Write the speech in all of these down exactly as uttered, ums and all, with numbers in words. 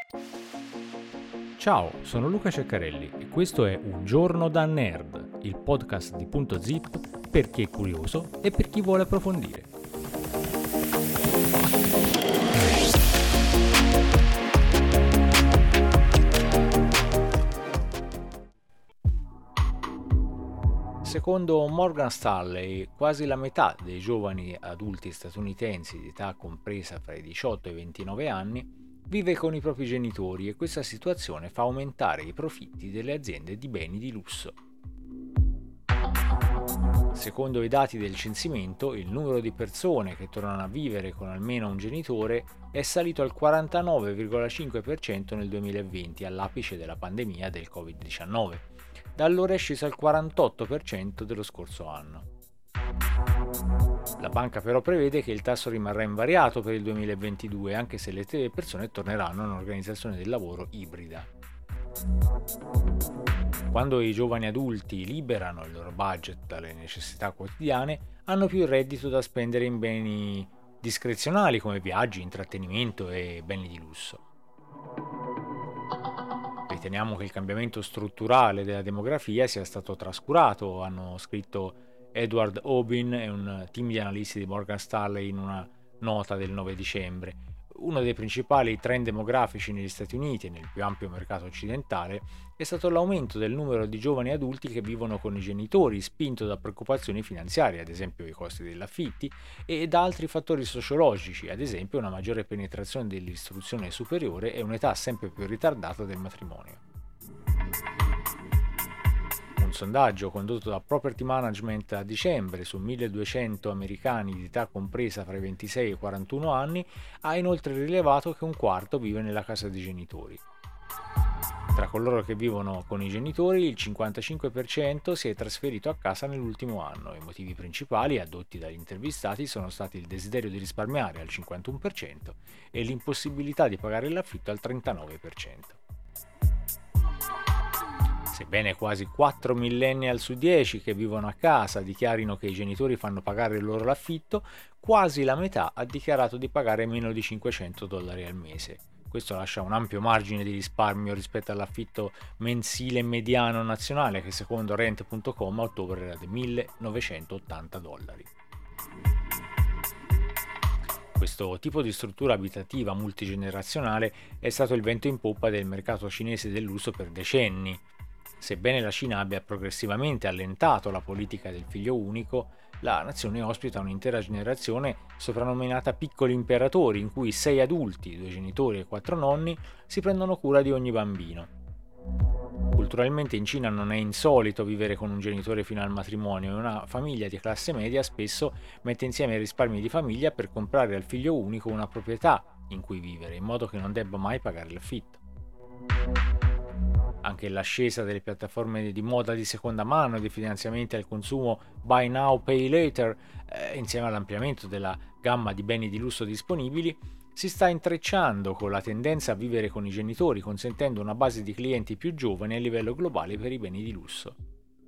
Ciao, sono Luca Ceccarelli e questo è Un giorno da nerd, il podcast di Punto Zip per chi è curioso e per chi vuole approfondire. Secondo Morgan Stanley, quasi la metà dei giovani adulti statunitensi di età compresa fra i diciotto e i ventinove anni vive con i propri genitori e questa situazione fa aumentare i profitti delle aziende di beni di lusso. Secondo i dati del censimento, il numero di persone che tornano a vivere con almeno un genitore è salito al quarantanove virgola cinque per cento nel duemilaventi, all'apice della pandemia del covid diciannove. Da allora è sceso al quarantotto per cento dello scorso anno. La banca però prevede che il tasso rimarrà invariato per il duemilaventidue, anche se le persone torneranno a un'organizzazione del lavoro ibrida. Quando i giovani adulti liberano il loro budget dalle necessità quotidiane, hanno più reddito da spendere in beni discrezionali come viaggi, intrattenimento e beni di lusso. Riteniamo che il cambiamento strutturale della demografia sia stato trascurato, hanno scritto Edward Obin e un team di analisti di Morgan Stanley in una nota del nove dicembre. Uno dei principali trend demografici negli Stati Uniti e nel più ampio mercato occidentale è stato l'aumento del numero di giovani adulti che vivono con i genitori, spinto da preoccupazioni finanziarie, ad esempio i costi degli affitti, e da altri fattori sociologici, ad esempio una maggiore penetrazione dell'istruzione superiore e un'età sempre più ritardata del matrimonio. Un sondaggio condotto da Property Management a dicembre su milleduecento americani di età compresa fra i ventisei e i quarantuno anni ha inoltre rilevato che un quarto vive nella casa dei genitori. Tra coloro che vivono con i genitori, il cinquantacinque per cento si è trasferito a casa nell'ultimo anno. I motivi principali addotti dagli intervistati sono stati il desiderio di risparmiare al cinquantuno per cento e l'impossibilità di pagare l'affitto al trentanove per cento. Sebbene quasi quattro millennial su dieci che vivono a casa dichiarino che i genitori fanno pagare loro l'affitto, quasi la metà ha dichiarato di pagare meno di cinquecento dollari al mese. Questo lascia un ampio margine di risparmio rispetto all'affitto mensile mediano nazionale che secondo rent punto com a ottobre era di millenovecentottanta dollari. Questo tipo di struttura abitativa multigenerazionale è stato il vento in poppa del mercato cinese del lusso per decenni. Sebbene la Cina abbia progressivamente allentato la politica del figlio unico, la nazione ospita un'intera generazione soprannominata piccoli imperatori, in cui sei adulti, due genitori e quattro nonni, si prendono cura di ogni bambino. Culturalmente in Cina non è insolito vivere con un genitore fino al matrimonio e una famiglia di classe media spesso mette insieme i risparmi di famiglia per comprare al figlio unico una proprietà in cui vivere, in modo che non debba mai pagare l'affitto. Anche l'ascesa delle piattaforme di moda di seconda mano e dei finanziamenti al consumo Buy Now, Pay Later, eh, insieme all'ampliamento della gamma di beni di lusso disponibili, si sta intrecciando con la tendenza a vivere con i genitori, consentendo una base di clienti più giovani a livello globale per i beni di lusso.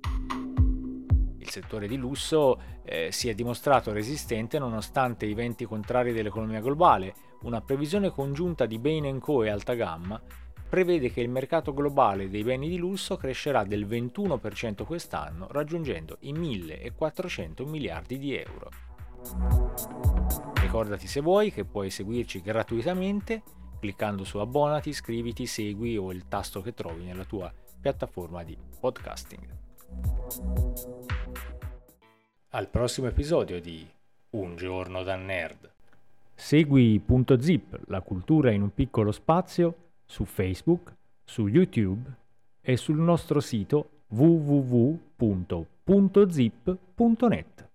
Il settore di lusso eh, si è dimostrato resistente nonostante i venti contrari dell'economia globale. Una previsione congiunta di Bain and Co e alta gamma prevede che il mercato globale dei beni di lusso crescerà del ventuno per cento quest'anno, raggiungendo i millequattrocento miliardi di euro. Ricordati, se vuoi, che puoi seguirci gratuitamente cliccando su abbonati, iscriviti, segui o il tasto che trovi nella tua piattaforma di podcasting. Al prossimo episodio di Un giorno da nerd. Segui Punto Zip, la cultura in un piccolo spazio, su Facebook, su YouTube e sul nostro sito w w w punto punto zip punto net.